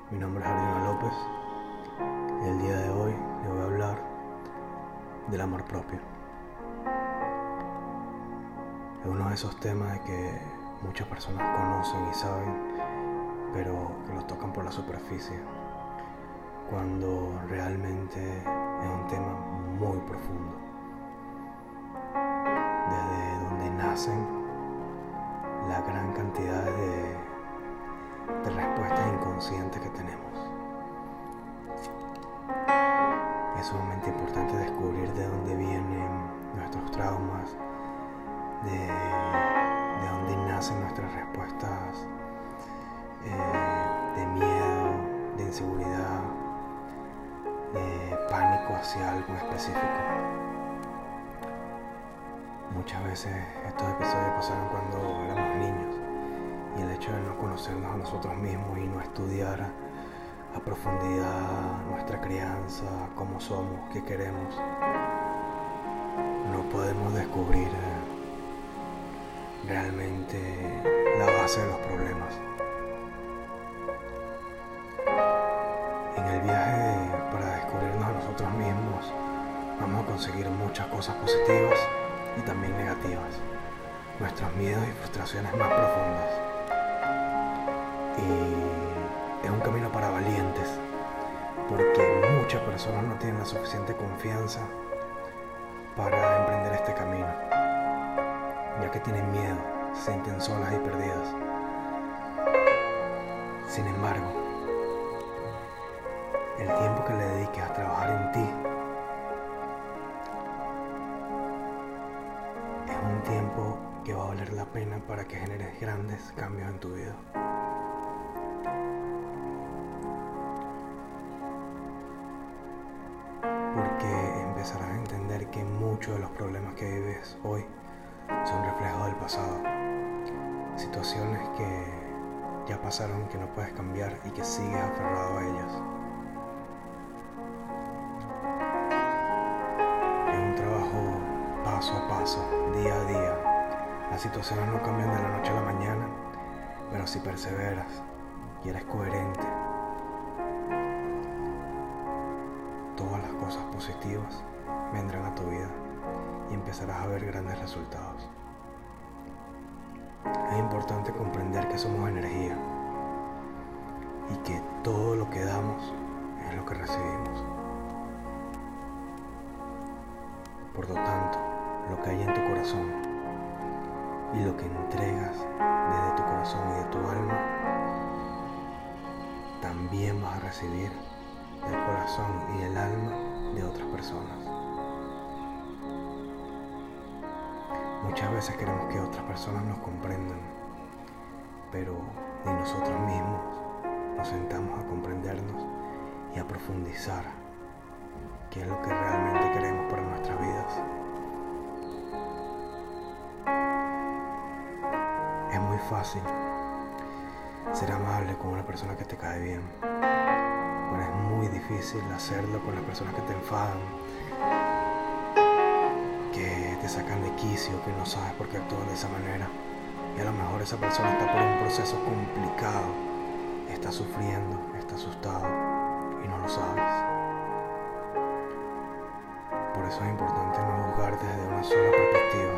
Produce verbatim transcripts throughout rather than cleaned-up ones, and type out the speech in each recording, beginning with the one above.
Mi nombre es Arjuna López y el día de hoy le voy a hablar del amor propio. Es uno de esos temas de que muchas personas conocen y saben, pero que lo tocan por la superficie, cuando realmente es un tema muy profundo, desde donde nacen la gran cantidad de, de respuestas inconscientes que tenemos. Es sumamente importante descubrir de dónde vienen nuestros traumas, de, de dónde nacen nuestras respuestas eh, de miedo, de inseguridad, de pánico hacia algo específico. Muchas veces estos episodios pasaron cuando éramos niños, y el hecho de no conocernos a nosotros mismos y no estudiar a profundidad nuestra crianza, cómo somos, qué queremos, no podemos descubrir realmente la base de los problemas. En el viaje para descubrirnos a nosotros mismos vamos a conseguir muchas cosas positivas y también negativas, nuestros miedos y frustraciones más profundas. Y es un camino para valientes, porque muchas personas no tienen la suficiente confianza para emprender este camino, ya que tienen miedo, se sienten solas y perdidas. Sin embargo, el tiempo que le dediques a trabajar en ti es un tiempo que va a valer la pena para que generes grandes cambios en tu vida. Porque empezarás a entender que muchos de los problemas que vives hoy son reflejos del pasado, situaciones que ya pasaron y que no puedes cambiar y que sigues aferrado a ellas. Es un trabajo paso a paso, día a día. Las situaciones no cambian de la noche a la mañana, pero si perseveras y eres coherente, todas las cosas positivas vendrán a tu vida y empezarás a ver grandes resultados. Es importante comprender que somos energía y que todo lo que damos es lo que recibimos. Por lo tanto, lo que hay en tu corazón y lo que entregas desde tu corazón y de tu alma, también vas a recibir del corazón y del alma de otras personas. Muchas veces queremos que otras personas nos comprendan, pero ni nosotros mismos nos sentamos a comprendernos y a profundizar qué es lo que realmente queremos para nuestras vidas. Es muy fácil ser amable con una persona que te cae bien, pero es muy difícil hacerlo con las personas que te enfadan, que te sacan de quicio, que no sabes por qué actúan de esa manera. Y a lo mejor esa persona está por un proceso complicado, está sufriendo, está asustado y no lo sabes. Por eso es importante no juzgar desde una sola perspectiva.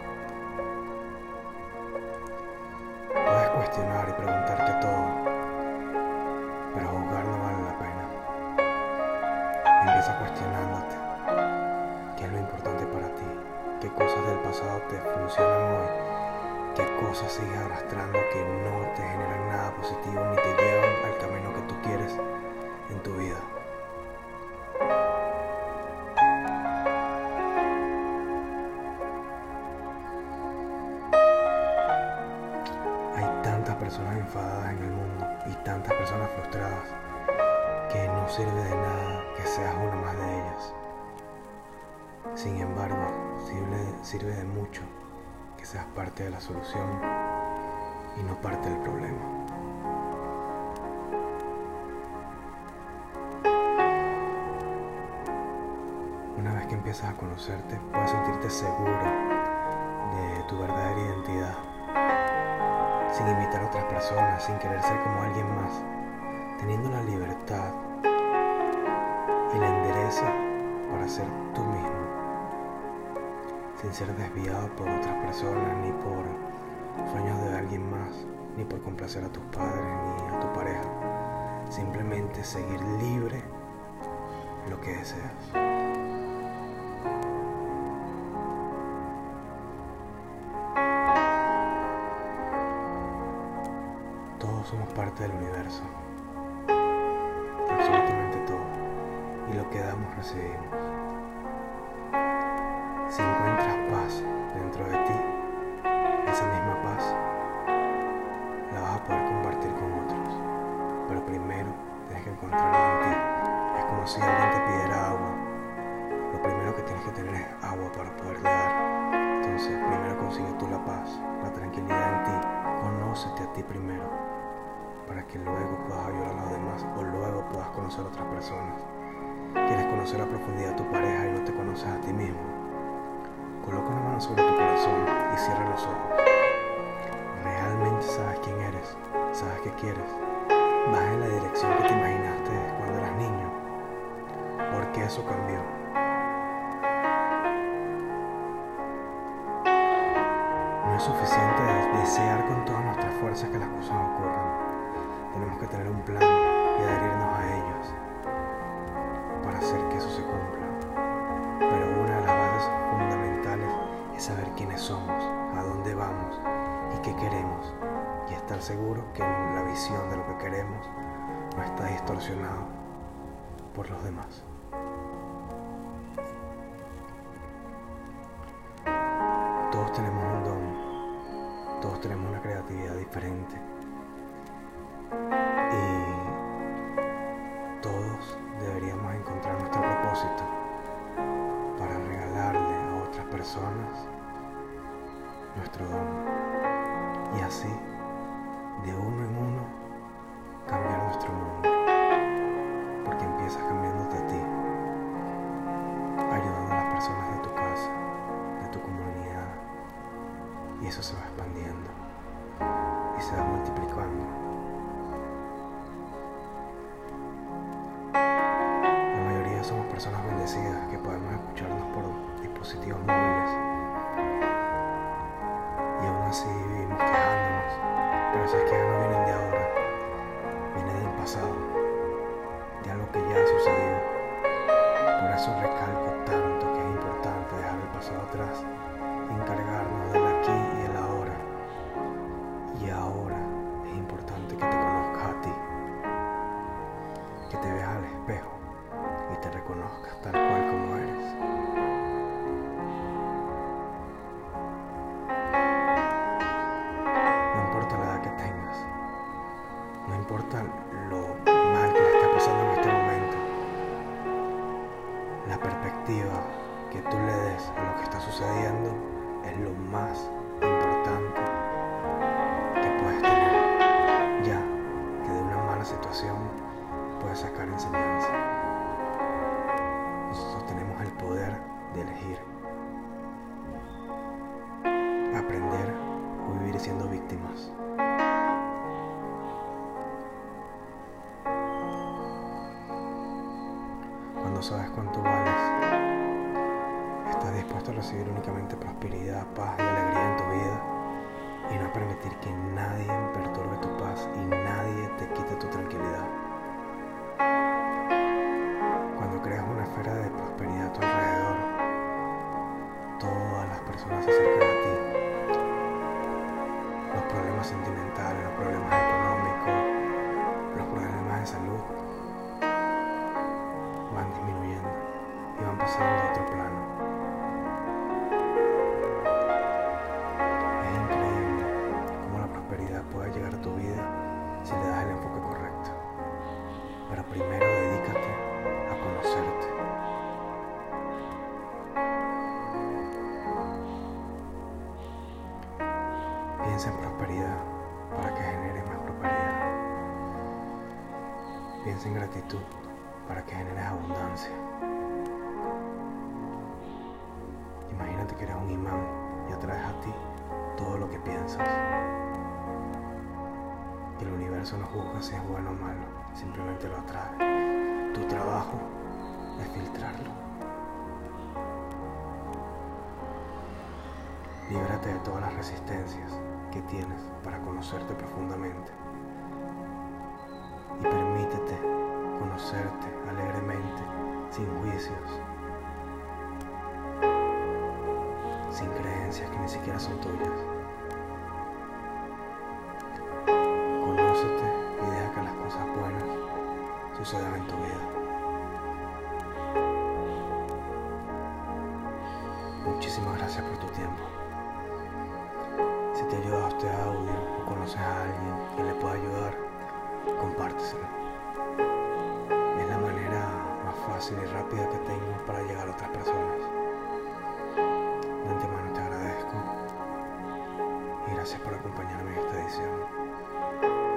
Puedes cuestionar y preguntarte todo, pero juzgar no vale la pena. Empieza cuestionándote qué es lo importante para ti, qué cosas del pasado te funcionan hoy, qué cosas sigues arrastrando que no te generan nada positivo ni te llevan al camino que tú quieres en tu vida. Hay tantas personas enfadadas en el mundo y tantas personas frustradas que no sirve de nada que seas una más de ellas. Sin embargo, sirve, sirve de mucho que seas parte de la solución y no parte del problema. Una vez que empiezas a conocerte, puedes sentirte seguro de tu verdadera identidad, sin imitar a otras personas, sin querer ser como alguien más. Te teniendo la libertad y la endereza para ser tú mismo, sin ser desviado por otras personas, ni por sueños de alguien más, ni por complacer a tus padres ni a tu pareja. Simplemente seguir libre lo que deseas. Todos somos parte del universo, absolutamente todo, y lo que damos recibimos. Si encuentras paz dentro de ti, esa misma paz la vas a poder compartir con otros, pero primero tienes que encontrarla en ti. Es como si alguien te pidiera agua, lo primero que tienes que tener es agua para poderle dar. Entonces primero consigue tú la paz, la tranquilidad en ti, conócete a ti primero, para que luego puedas ayudar a los demás o luego puedas conocer a otras personas. ¿Quieres conocer a profundidad a tu pareja y no te conoces a ti mismo? Coloca una mano sobre tu corazón y cierra los ojos. ¿Realmente sabes quién eres? ¿Sabes qué quieres? ¿Vas en la dirección que te imaginaste cuando eras niño? ¿Por qué eso cambió? No es suficiente desear con todas nuestras fuerzas que las cosas ocurran. Tenemos que tener un plan y adherirnos a ellos para hacer que eso se cumpla. Pero una de las bases fundamentales es saber quiénes somos, a dónde vamos y qué queremos, y estar seguro que la visión de lo que queremos no está distorsionado por los demás. Todos tenemos un don, todos tenemos una creatividad diferente y todos deberíamos encontrar nuestro propósito para regalarle a otras personas nuestro don y así, de uno en uno, cambiar nuestro mundo, porque empiezas cambiándote a ti, ayudando a las personas de tu casa, de tu comunidad, y eso se va expandiendo y se va multiplicando. La mayoría somos personas bendecidas que podemos escucharnos por dispositivos móviles y aún así vivimos quejándonos, pero esas quejas no vienen de ahora, vienen del pasado, de algo que ya sucedió. Por eso recalco tanto que es importante dejar el pasado atrás y encargarnos del aquí y el ahora. Y ahora es importante que te conozcas a ti, que te veas al espejo y te reconozcas tal cual como eres. No importa la edad que tengas, no importa lo mal que le estés pasando en este momento, la perspectiva que tú le des a lo que está sucediendo es lo más importante que puedes tener, ya que de una mala situación puedes sacar enseñanza. Nosotros tenemos el poder de elegir, aprender o vivir siendo víctimas. Cuando sabes cuánto vales, estás dispuesto a recibir únicamente prosperidad, paz y alegría en tu vida y no permitir que nadie perturbe tu paz y nadie te quite tu tranquilidad. Cuando creas una esfera de prosperidad a tu alrededor, todas las personas se acercan a ti. Los problemas sentimentales, los problemas económicos, los problemas de salud van disminuyendo y van pasando a otro plano. Es increíble cómo la prosperidad puede llegar a tu vida si le das el enfoque correcto. Pero primero dedícate a conocerte. Piensa en prosperidad para que genere más prosperidad. Piensa en gratitud para que generes abundancia. Imagínate que eres un imán y atraes a ti todo lo que piensas. Y el universo no juzga si es bueno o malo, simplemente lo atrae. Tu trabajo es filtrarlo. Líbrate de todas las resistencias que tienes para conocerte profundamente y permítete conocerte alegremente, sin juicios, sin creencias que ni siquiera son tuyas. Conócete y deja que las cosas buenas sucedan en tu vida. Muchísimas gracias por tu tiempo. Si te ha ayudado este audio o conoces a alguien que le pueda ayudar, compárteselo. Es la manera más fácil y rápida que tengo para llegar a otras personas. De antemano te agradezco y gracias por acompañarme en esta edición.